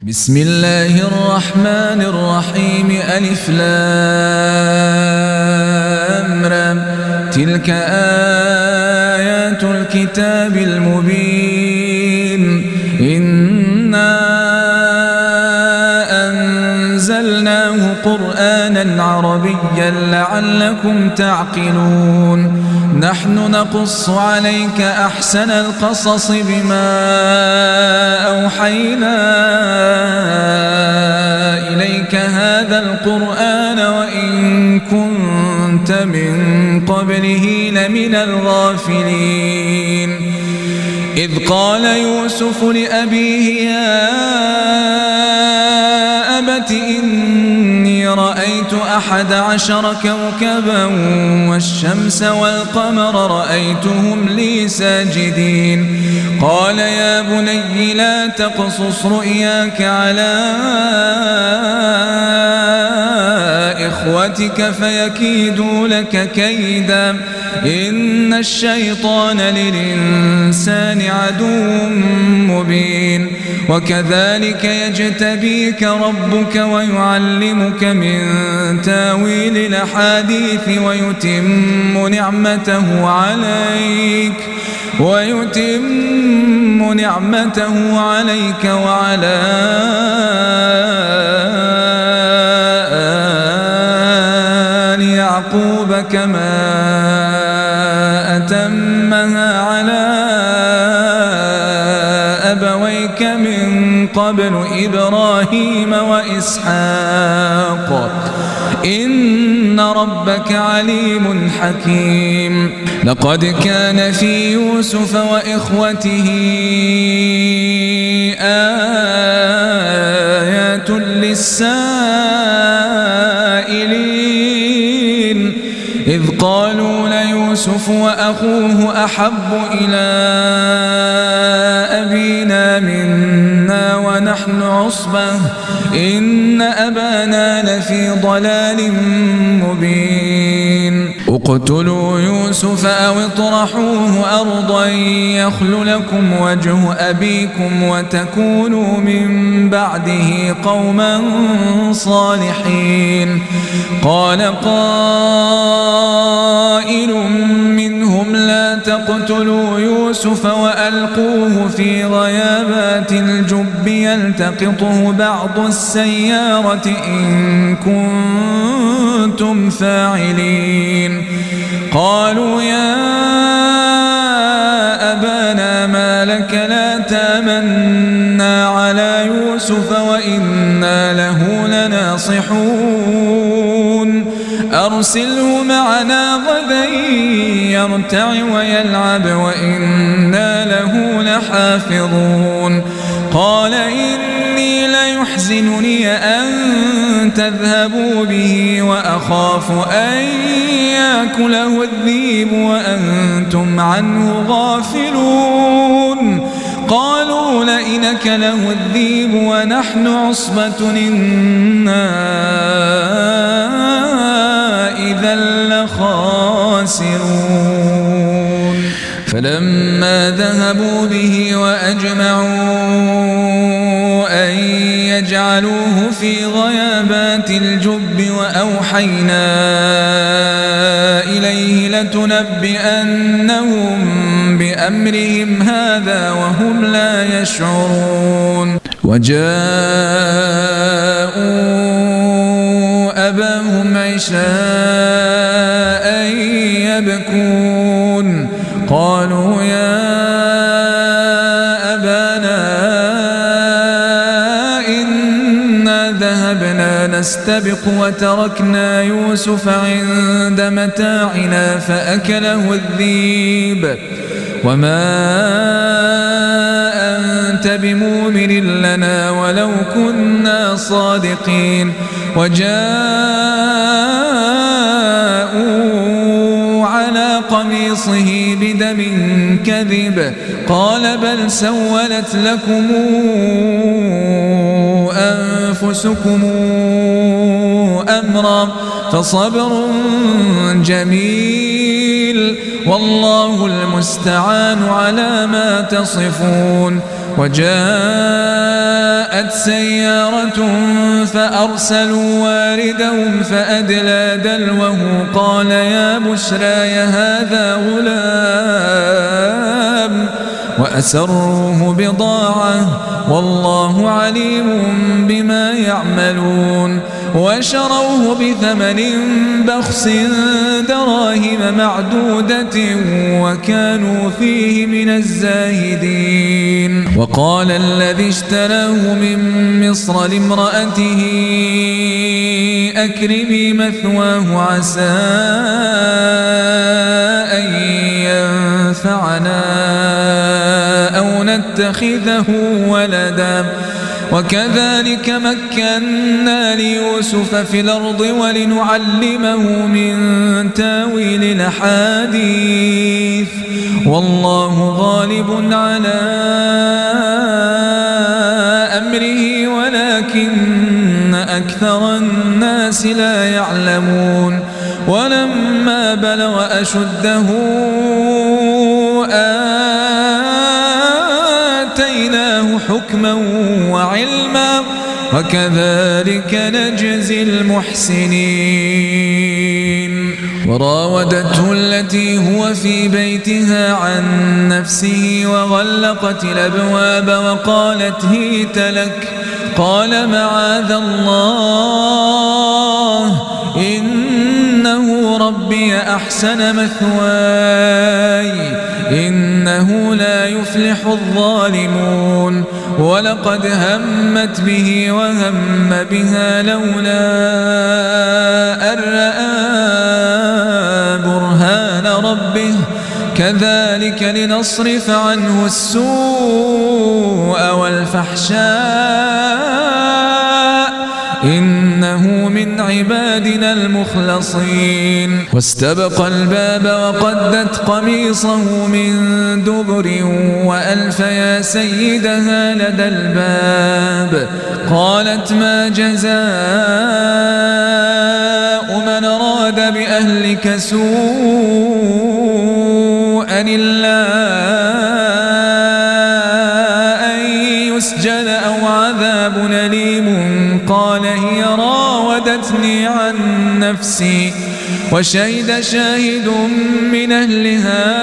بسم الله الرحمن الرحيم ألف لام را تلك آيات الكتاب المبين إنا أنزلناه قرآنا عربيا لعلكم تعقلون نحن نقص عليك أحسن القصص بما أوحينا إليك هذا القرآن وإن كنت من قبله لمن الغافلين إذ قال يوسف لأبيه يا أبت إني رأيت 11 كوكبا والشمس والقمر رأيتهم لي ساجدين قال يا بني لا تقصص رؤياك على إخوتك فيكيدوا لك كيدا إن الشيطان للإنسان عدو مبين وكذلك يجتبيك ربك ويعلمك من تاويل الأحاديث ويتم نعمته عليك وعلى آل يعقوب كما أتمها على أبويك من قبل إبراهيم وإسحاق إن ربك عليم حكيم لقد كان في يوسف وإخوته آيات للسائلين إذ قالوا ليوسف وأخوه أحب إلى أبينا منا ونحن عصبة إن أبانا لفي ضلال مبين اقتلوا يوسف أو اطرحوه أرضا يخل لكم وجه أبيكم وتكونوا من بعده قوما صالحين قال قائل منهم لا تقتلوا يوسف وألقوه في غيابات الجب يلتقطه بعض السيارة إن كنتم فاعلين قالوا يا أبانا ما لك لا تامنا على يوسف وإنا له لناصحون أرسله معنا غدا يرتع ويلعب وإنا له لحافظون قال إني ليحزنني أن تذهبوا به وأخاف أن يأكله الذئب وأنتم عنه غافلون قالوا لئن أكله الذئب ونحن عصبة إنا إذا لخاسرون فلما ذهبوا به وأجمعوا أن يجعلوه في غيابات الجب وأوحينا إليه لتنبئنهم بأمرهم هذا وهم لا يشعرون وجاءوا أباهم عشاء يبكون قالوا يا أبانا إنا ذهبنا نستبق وتركنا يوسف عند متاعنا فأكله الذئب وما أنت بمؤمن لنا ولو كنا صادقين وجاءوا على قميصه بدم كذب قال بل سولت لكم أنفسكم أمرا فصبر جميل والله المستعان على ما تصفون وجاءت سيارة فأرسلوا واردهم فأدلى دلوه قال يا بشرى هذا غلام وأسروه بضاعة والله عليم بما يعملون وشروه بثمن بخس دراهم معدودة وكانوا فيه من الزاهدين. وقال الذي اشتراه من مصر لامرأته أكرمي مثواه عسى أن ينفعنا أو نتخذه ولدا وكذلك مكنا ليوسف في الأرض ولنعلمه من تاويل الأحاديث والله غالب على أمره ولكن أكثر الناس لا يعلمون. ولما بلغ أشده آتيناه حكما وعلما وكذلك نجزي المحسنين. وراودته التي هو في بيتها عن نفسه وغلقت الأبواب وقالت هيت لك قال معاذ الله إنه ربي أحسن مثواي إنه لا يفلح الظالمون. ولقد همت به وهم بها لولا أن رأى برهان ربه كذلك لنصرف عنه السوء والفحشاء إنه من عبادنا المخلصين. واستبق الباب وقدت قميصه من دبر وألف يا سيدها لدى الباب قالت ما جزاء من أراد بأهلك سوءا إلا أن يسجن أو عذاب أليم قال هي راودتني عن نفسي وشهد شاهد من أهلها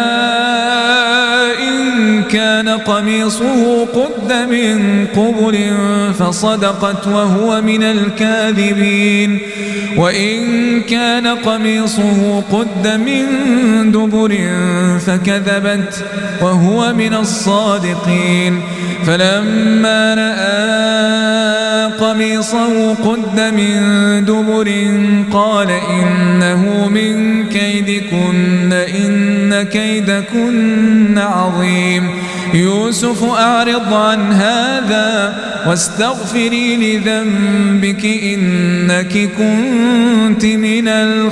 إن كان قميصه قد من قبل فصدقت وهو من الكاذبين وإن كان قميصه قد من دبر فكذبت وهو من الصادقين. فلما رأى قميصه قد من دبر قال إنه من كيدكن إن كيدكن عظيم. يوسف أعرض عن هذا واستغفري لذنبك إنك كنت من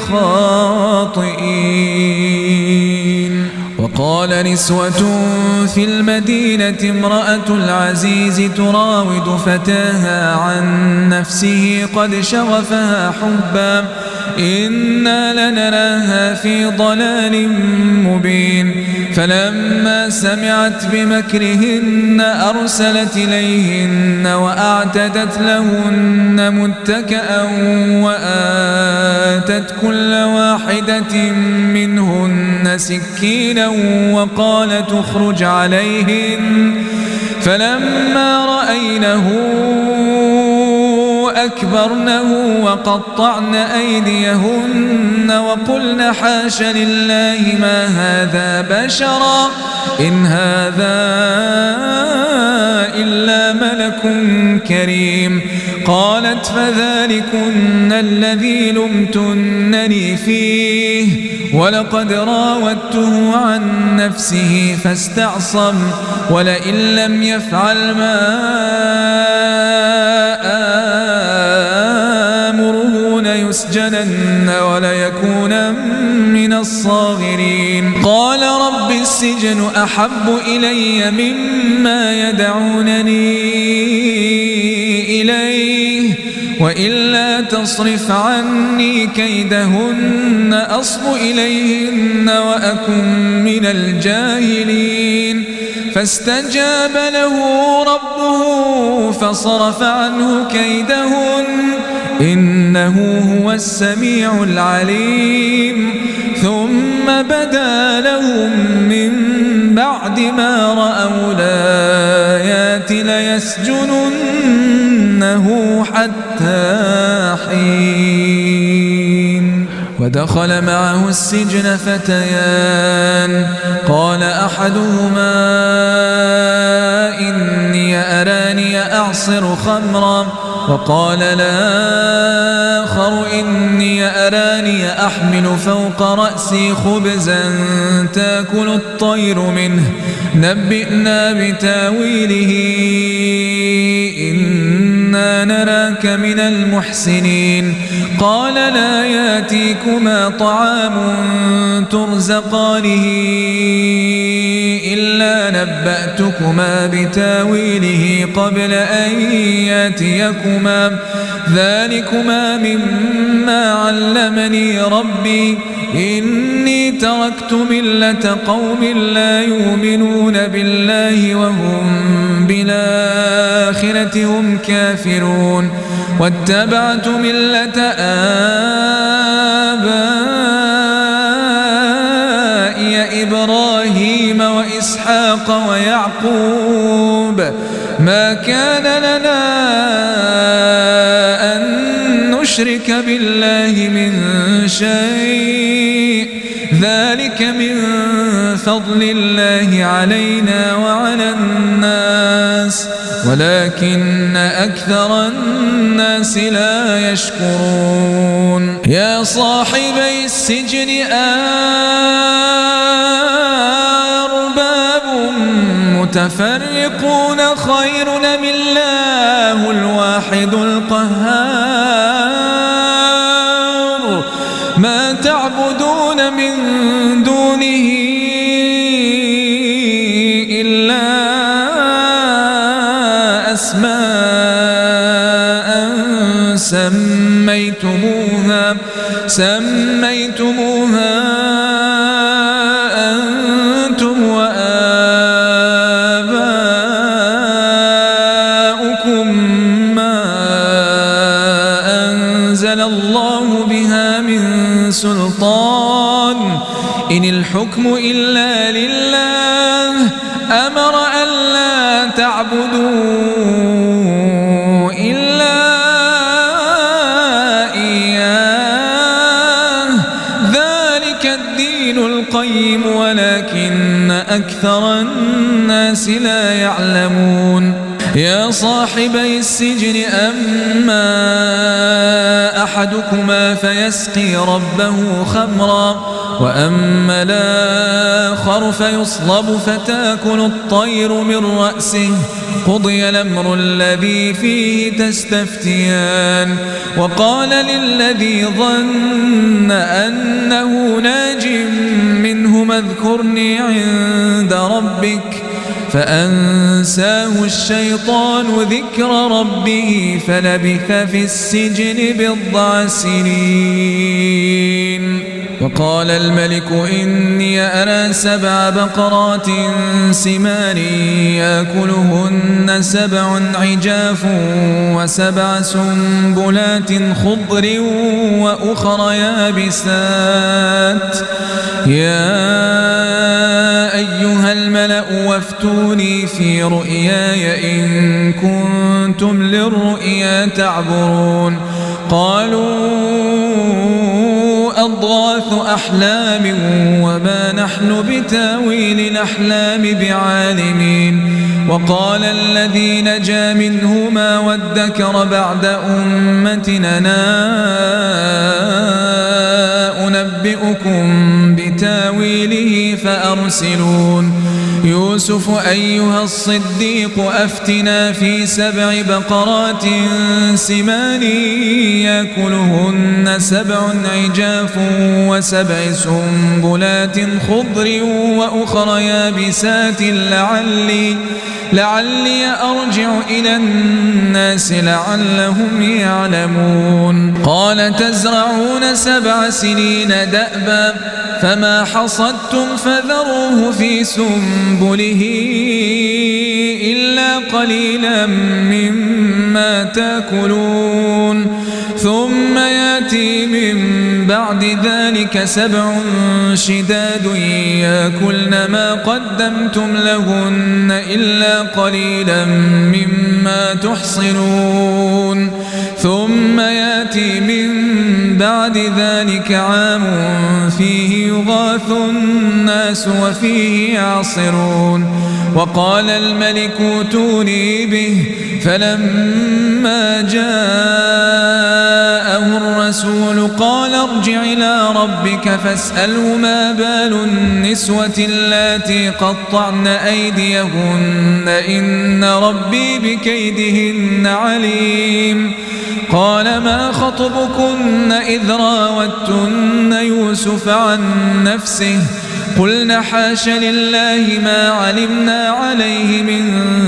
الخاطئين. وقال نسوة في المدينة امرأة العزيز تراود فتاها عن نفسه قد شغفها حبا إنا لنراها في ضلال مبين. فلما سمعت بمكرهن أرسلت إليهن وأعتدت لهن متكئا وآتت كل واحدة منهن سكينا وقالت اخرج عليهن. فلما رأينه أكبرنه وقطعن أيديهن وقلن حاش لله ما هذا بشرا إن هذا إلا ملك كريم. قالت فذلكن الذي لمتنني فيه ولقد راودته عن نفسه فاستعصم ولئن لم يفعل ما آمره ليسجنن وليكون من الصاغرين. قال رب السجن أحب إلي مما يدعونني إليه وإلا تصرف عني كيدهن أصب إليهن وأكن من الجاهلين فاستجاب له ربه فصرف عنه كيدهن إنه هو السميع العليم ثم بدا لهم من بعد ما رأوا الآيات ليسجننه حتى حين ودخل معه السجن فتيان قال أحدهما إني أراني أعصر خمرا وقال الآخر إني أراني أحمل فوق رأسي خبزا تأكل الطير منه نبئنا بتاويله إنا نراك من المحسنين قال لا يأتيكما طعام ترزقانه إلا نبأتكما بتاويله قبل أن يأتيكما ذلكما مما علمني ربي إني تركت ملة قوم لا يؤمنون بالله وهم بالآخرة هم كافرون واتبعت ملة آبائي إبراهيم وإسحاق ويعقوب ما كان لنا أن نشرك بالله من شيء ذلك من فضل الله علينا وعلى الناس ولكن أكثر الناس لا يشكرون يا صاحبي السجن أرباب متفرقون خير أم الله الواحد القهار ما تعبدون من دونه إلا أسماء سميتموها أنتم وآباؤكم ما أنزل الله بها من سلطان إن الحكم إلا لله أمر ألا تعبدوا إلا إياه ذلك الدين القيم ولكن أكثر الناس لا يعلمون يا صاحبي السجن أما أحدكما فيسقي ربه خمرا وأما الآخر فيصلب فتأكل الطير من رأسه قضي الأمر الذي فيه تستفتيان وقال للذي ظن أنه ناج منهما اذكرني عند ربك فأنساه الشيطان ذكر ربه فلبث في السجن بضع سنين وقال الملك إني أرى 7 بقرات سمان يأكلهن 7 عجاف و7 سنبلات خضر وأخر يابسات يا أيها الملأ وافتوني في رؤياي إن كنتم للرؤيا تعبرون قالوا أضغاث أحلام وما نحن بتاويل الأحلام بعالمين وقال الذي نجا منهما وادكر بعد أمتنا أنبئكم بتاويله فأرسلون يوسف أيها الصديق أفتنا في 7 بقرات سمان يأكلهن 7 عجاف و7 سنبلات خضر وأخر يابسات لعلي أرجع إلى الناس لعلهم يعلمون قال تزرعون 7 سنين دأبا فما حصدتم فذروه في سنبله إلا قليلا مما تأكلون ثم يأتي من بعد ذلك 7 شداد يأكلن ما قدمتم لهن إلا قليلا مما تحصنون ثم يأتي من بعد ذلك عام فيه يغاث الناس وفيه يعصرون وقال الملك ائتوني به فلما جاءه الرسول قال ارجع إلى ربك فاسأله ما بال النسوة اللاتي قطعن أيديهن إن ربي بكيدهن عليم قال ما خطبكن إذ راوتن يوسف عن نفسه قلنا حاش لله ما علمنا عليه من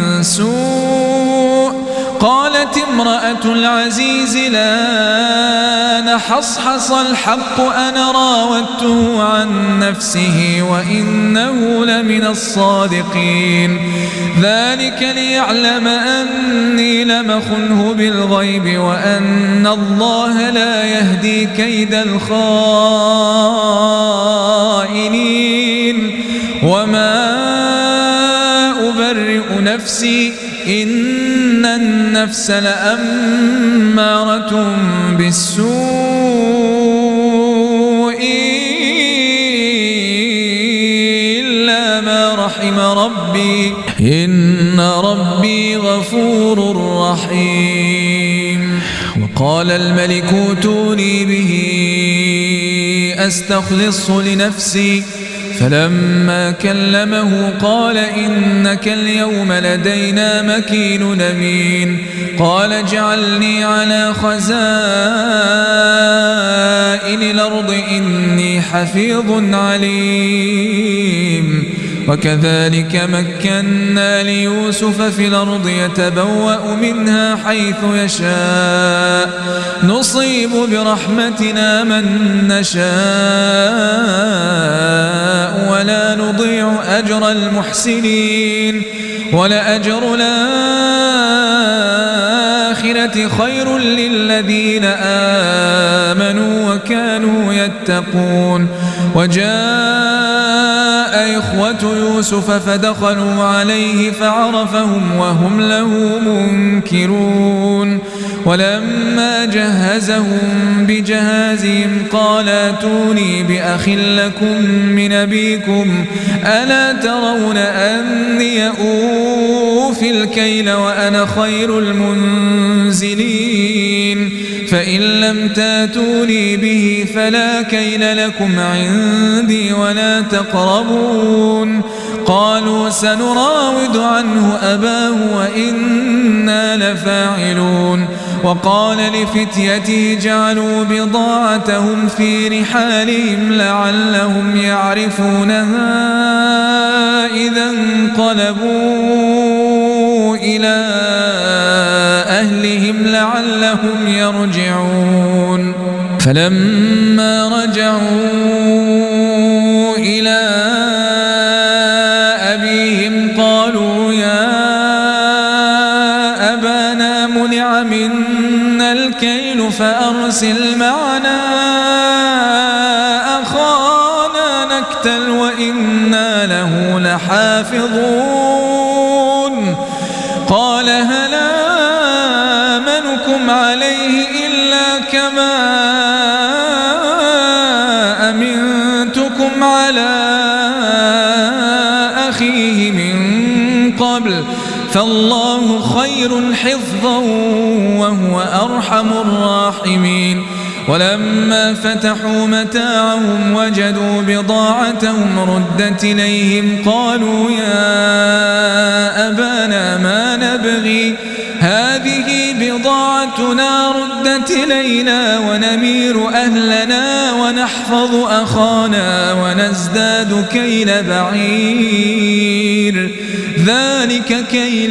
سوء قالت امرأة العزيز لا نحصحص الحق أنا راودته عن نفسه وإنه لمن الصادقين ذلك ليعلم أني لم أخنه بالغيب وأن الله لا يهدي كيد الخائنين وما أبرئ نفسي إن النفس لأمارة بالسوء إلا ما رحم ربي إن ربي غفور رحيم وقال الملك ائتوني به أستخلصه لنفسي فلما كلمه قال إنك اليوم لدينا مكين أمين قال اجعلني على خزائن الأرض إني حفيظ عليم وكذلك مكنا ليوسف في الأرض يتبوأ منها حيث يشاء نصيب برحمتنا من نشاء ولا نضيع أجر المحسنين ولأجر الآخرة خير للذين آمنوا وكانوا يتقون وجاء إخوة يوسف فدخلوا عليه فعرفهم وهم له منكرون ولما جهزهم بجهازهم قال ائتوني بأخ لكم من أبيكم ألا ترون أني أوفي الكيل وأنا خير المنزلين فإن لم تاتوني به فلا كيل لكم عندي ولا تقربون قالوا سنراود عنه أباه وإنا لفاعلون وقال لفتيته جعلوا بضاعتهم في رحالهم لعلهم يعرفونها إذا انقلبوا إلى أهلهم لعلهم يرجعون فلما رجعوا إلى أبيهم قالوا يا أبانا منع منا الكيل فأرسل معنا أخانا نكتل وإنا له لحافظون قال هل آمنكم عليه إلا كما أمنتكم على أخيه من قبل فالله خير حفظا وهو أرحم الراحمين ولما فتحوا متاعهم وجدوا بضاعتهم ردت إليهم قالوا يا أبانا ما نبغي هذه بضاعتنا ردت إلينا ونمير أهلنا ونحفظ أخانا ونزداد كيل بعير ذلك كيل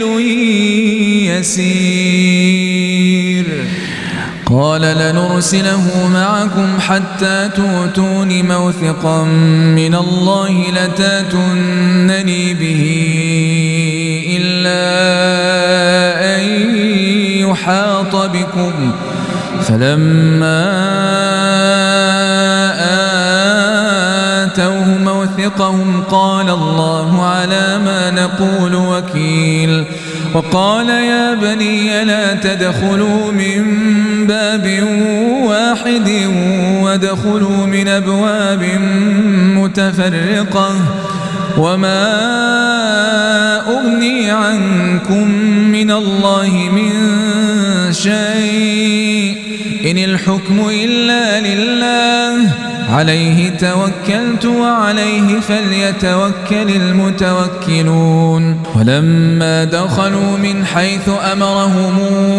يسير قال لنرسله معكم حتى تؤتون موثقا من الله لتاتونني به إلا أن يحاط بكم فلما آتوه موثقهم قال الله على ما نقول وكيل وقال يا بني لا تدخلوا من باب واحد وادخلوا من أبواب متفرقة وما أغني عنكم من الله من شيء إن الحكم إلا لله عليه توكلت وعليه فليتوكل المتوكلون ولما دخلوا من حيث أمرهم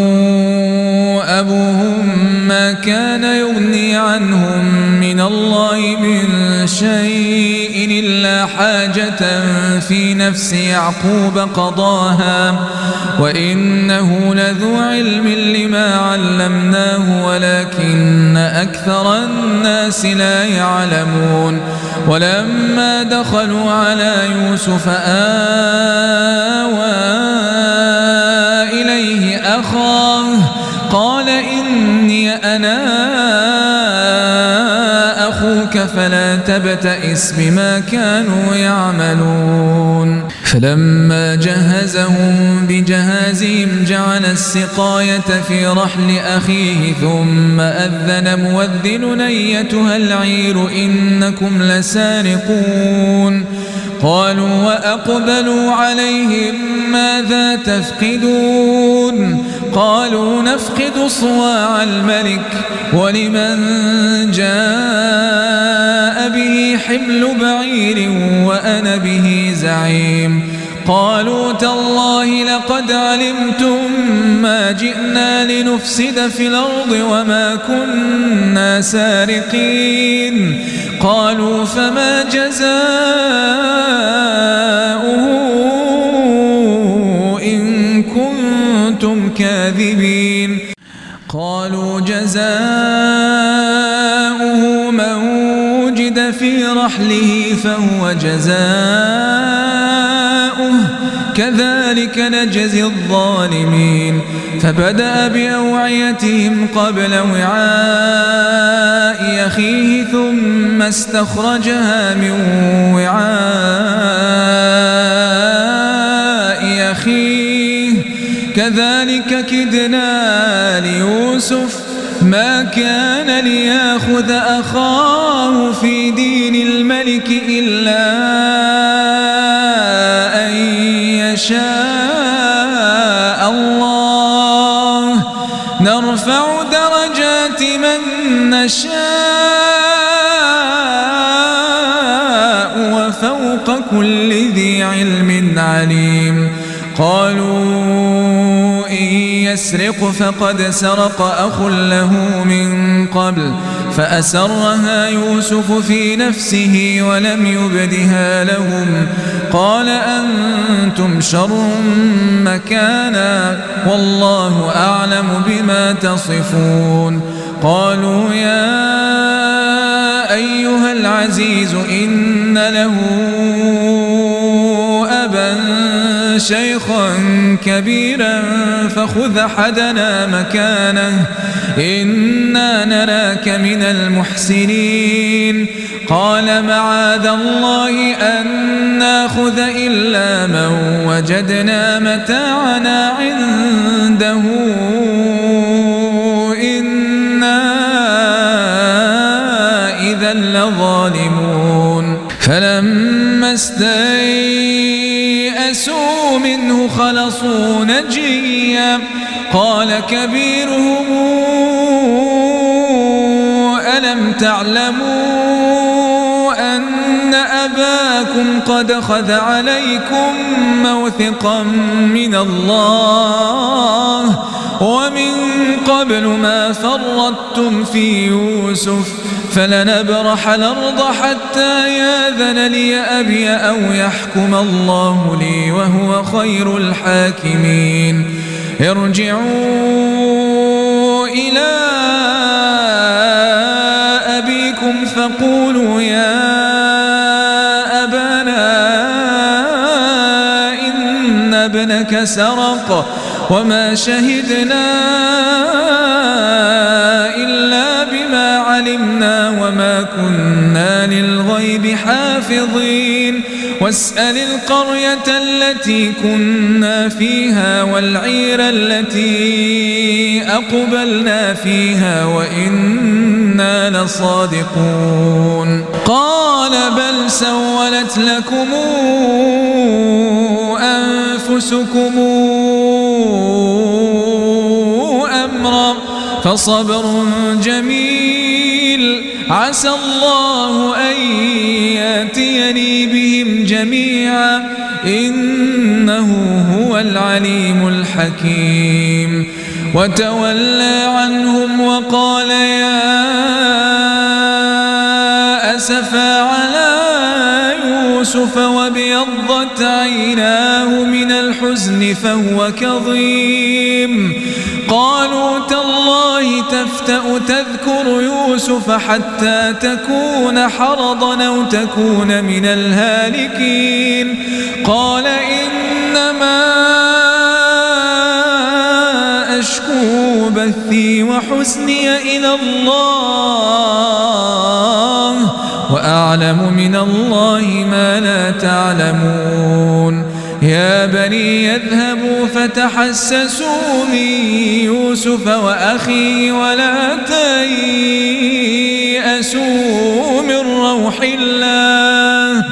أبوهم ما كان يغني عنهم من الله من شيء إلا حاجة في نفس يعقوب قضاها وإنه لذو علم لما علمناه ولكن أكثر الناس لا يعلمون ولما دخلوا على يوسف آوى إليه أخاه قال إني أنا أخوك فلا تبتئس بما كانوا يعملون فلما جهزهم بجهازهم جعل السقاية في رحل أخيه ثم أذن مؤذن أيتها العير إنكم لسارقون قالوا وأقبلوا عليهم ماذا تفقدون قالوا نفقد صواع الملك ولمن جاء به حمل بعير وأنا به زعيم قالوا تالله لقد علمتم ما جئنا لنفسد في الأرض وما كنا سارقين قالوا فما جزاؤه إن كنتم كاذبين قالوا جزاؤه من وجد في رحله فهو جزاؤه كذلك نجزي الظالمين فبدأ بأوعيتهم قبل وعاء أخيه ثم استخرجها من وعاء أخيه كذلك كدنا ليوسف ما كان ليأخذ أخاه في دين الملك إلا أن يشاء الله نرفع درجات من نشاء وفوق كل ذي علم عليم قالوا إن يسرق فقد سرق أخ له من قبل فأسرها يوسف في نفسه ولم يبدها لهم قال أنتم شر مكانا والله أعلم بما تصفون قالوا يا أيها العزيز إن له أبا شيخا كبيرا فخذ أحدنا مكانه إنا نراك من المحسنين قال معاذ الله أن ناخذ إلا من وجدنا متاعنا عنده إنا إذا لظالمون فلما استيئسوا منه خلصوا نجيا قال كبيرهم تعلموا أن أباكم قد أخذ عليكم موثقا من الله ومن قبل ما فرطتم في يوسف فلنبرح الأرض حتى يأذن لي أبي أو يحكم الله لي وهو خير الحاكمين ارجعوا إلى أبيكم فقولوا يا أبانا إن ابنك سرق وما شهدنا إلا بما علمنا وما كنا للغيب حافظين واسأل القرية التي كنا فيها والعير التي أقبلنا فيها وإنا لصادقون قال بل سولت لكم أنفسكم أمرا فصبر جميل عسى الله أن يأتيني بهم جميعا إنه هو العليم الحكيم وتولى عنهم وقال يا أسفا على يوسف وابيضت عيناه من الحزن فهو كظيم قالوا تالله تفتأ تذكر يوسف حتى تكون حرضا أو تكون من الهالكين قال إنما أشكو بثي وحزني إلى الله وأعلم من الله ما لا تعلمون يا بني يذهبوا فتحسسوا من يوسف وأخيه ولا تيأسوا من روح الله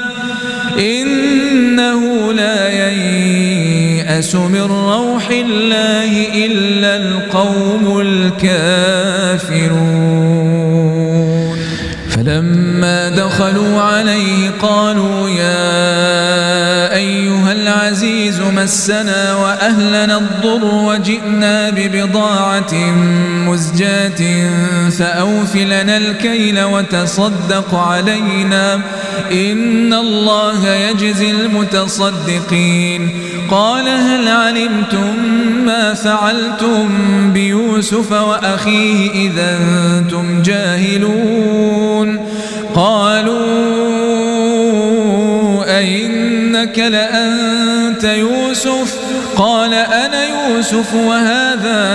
إنه لا ييأس من روح الله إلا القوم الكافرون فلما دخلوا عليه قالوا يا أيها العزيز مسنا وأهلنا الضر وجئنا ببضاعة مزجاة فأوف لنا الكيل وتصدق علينا إن الله يجزي المتصدقين قال هل علمتم ما فعلتم بيوسف وأخيه إذا أنتم جاهلون قالوا أئنك لأنت يوسف قال أنا يوسف وهذا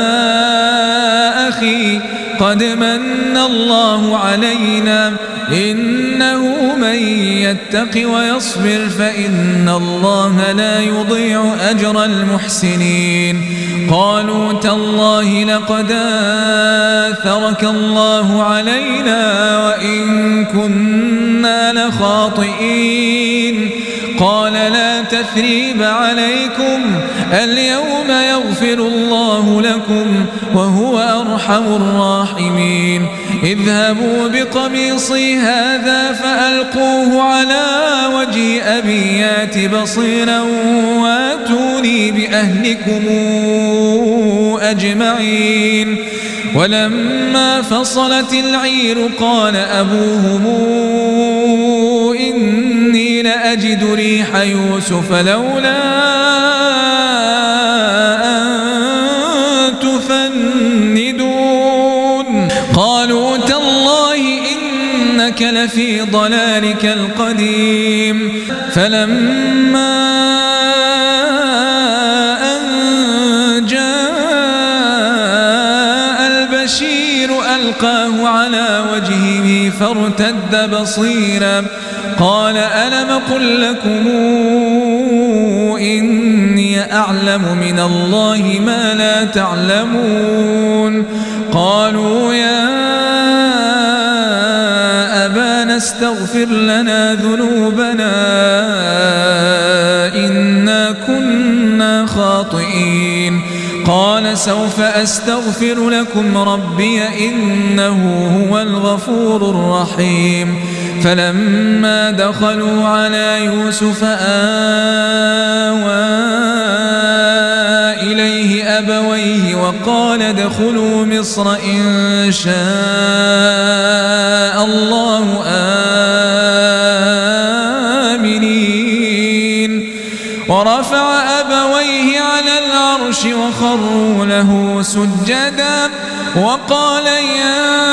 أخي قد من الله علينا إنه من يتق ويصبر فإن الله لا يضيع أجر المحسنين قالوا تالله لقد آثرك الله علينا وإن كنا لخاطئين قال لا تثريب عليكم اليوم يغفر الله لكم وهو أرحم الراحمين اذهبوا بقميصي هذا فألقوه على وجه أبي يات بصيرا واتوني بأهلكم أجمعين ولما فصلت العير قال أبوهم إني لأجد ريح يوسف لولا أن تفندون قالوا تالله إنك لفي ضلالك القديم فلما أن جاء البشير ألقاه على وجهه فارتد بصيرا قال ألم قل لكم إني أعلم من الله ما لا تعلمون قالوا يا أبانا استغفر لنا ذنوبنا إنا كنا خاطئين قال قال سوف أستغفر لكم ربي إنه هو الغفور الرحيم فلما دخلوا على يوسف آوى إليه أبويه وقال ادخلوا مصر إن شاء الله آمنين ورفع أبويه على العرش وخروا له سجدا وقال يا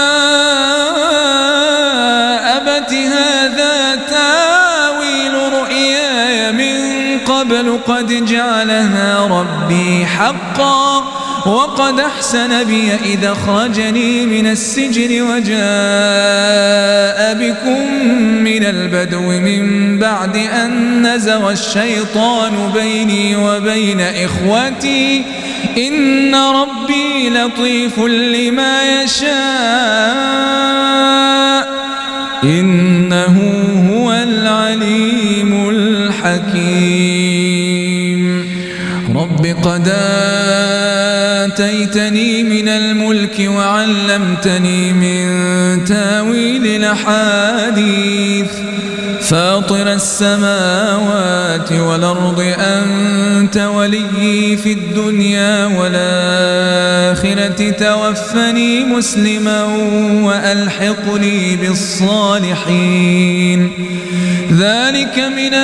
أبت هذا تاويل رؤياي من قبل قد جعلها ربي حقا وقد أحسن بي إذا أخرجني من السجن وجاء بكم من البدو من بعد أن نزغ الشيطان بيني وبين إخوتي إن ربي لطيف لما يشاء إنه هو العليم الحكيم رب قد آتيتني من الملك وعلمتني من تاويل الأحاديث فاطر السماوات والأرض أنت ولي في الدنيا والآخرة توفني مسلما وألحقني بالصالحين ذلك من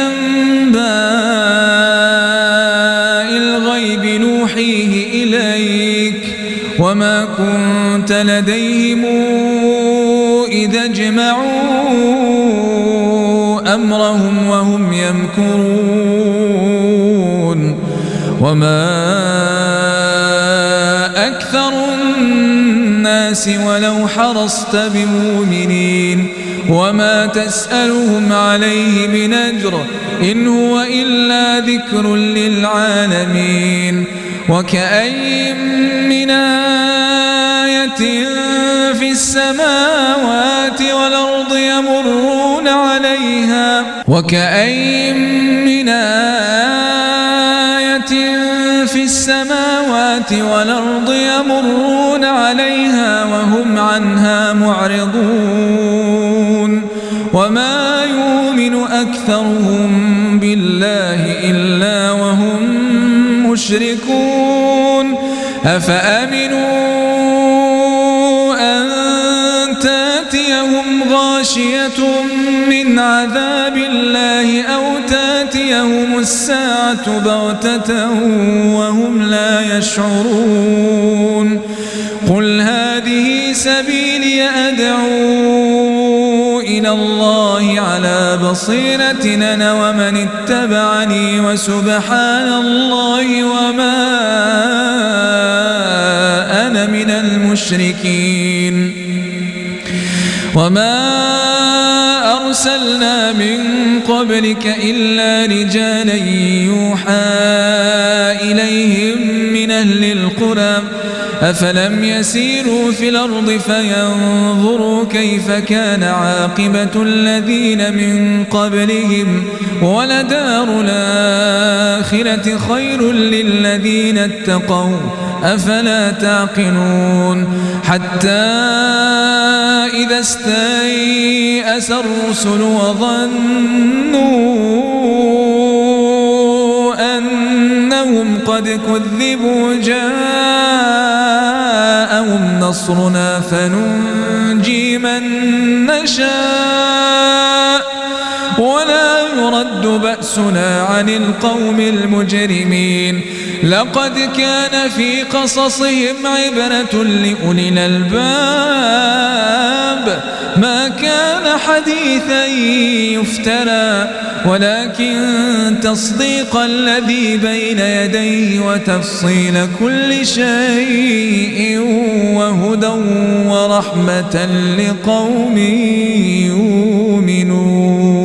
أنباء الغيب نوحيه إليك وما كنت لديهم إذا اجمعوا أمرهم وهم يمكرون وما أكثر الناس ولو حرصت بمؤمنين وما تسألهم عليه من أجر إن هو إلا ذكر للعالمين وكأين من آية في السماوات والأرض يمرون عليها وكأين من آية في السماوات والأرض يمرون عليها وهم عنها معرضون وما يؤمن أكثرهم بالله إلا وهم مشركون أفأمنوا أن تأتيهم غاشية من عذاب الله أو تأتيهم الساعة بغتة وهم لا يشعرون قل هذه سبيلي أدعو إلى الله على بصيرة أنا ومن اتبعني وسبحان الله وما أنا من المشركين وما أرسلنا من قبلك إلا رجالا يوحى إليهم من أهل القرى أفلم يسيروا في الأرض فينظروا كيف كان عاقبة الذين من قبلهم ولدار الآخرة خير للذين اتقوا أفلا تعقلون حتى إذا استيأس الرسل وظنوا أنهم قد كذبوا جاءهم نصرنا فننجي من نشاء ولا يرد بأسنا عن القوم المجرمين لقد كان في قصصهم عبرة لأولي الألباب ما كان حديثا يفترى ولكن تصديق الذي بين يديه وتفصيل كل شيء وهدى ورحمة لقوم يؤمنون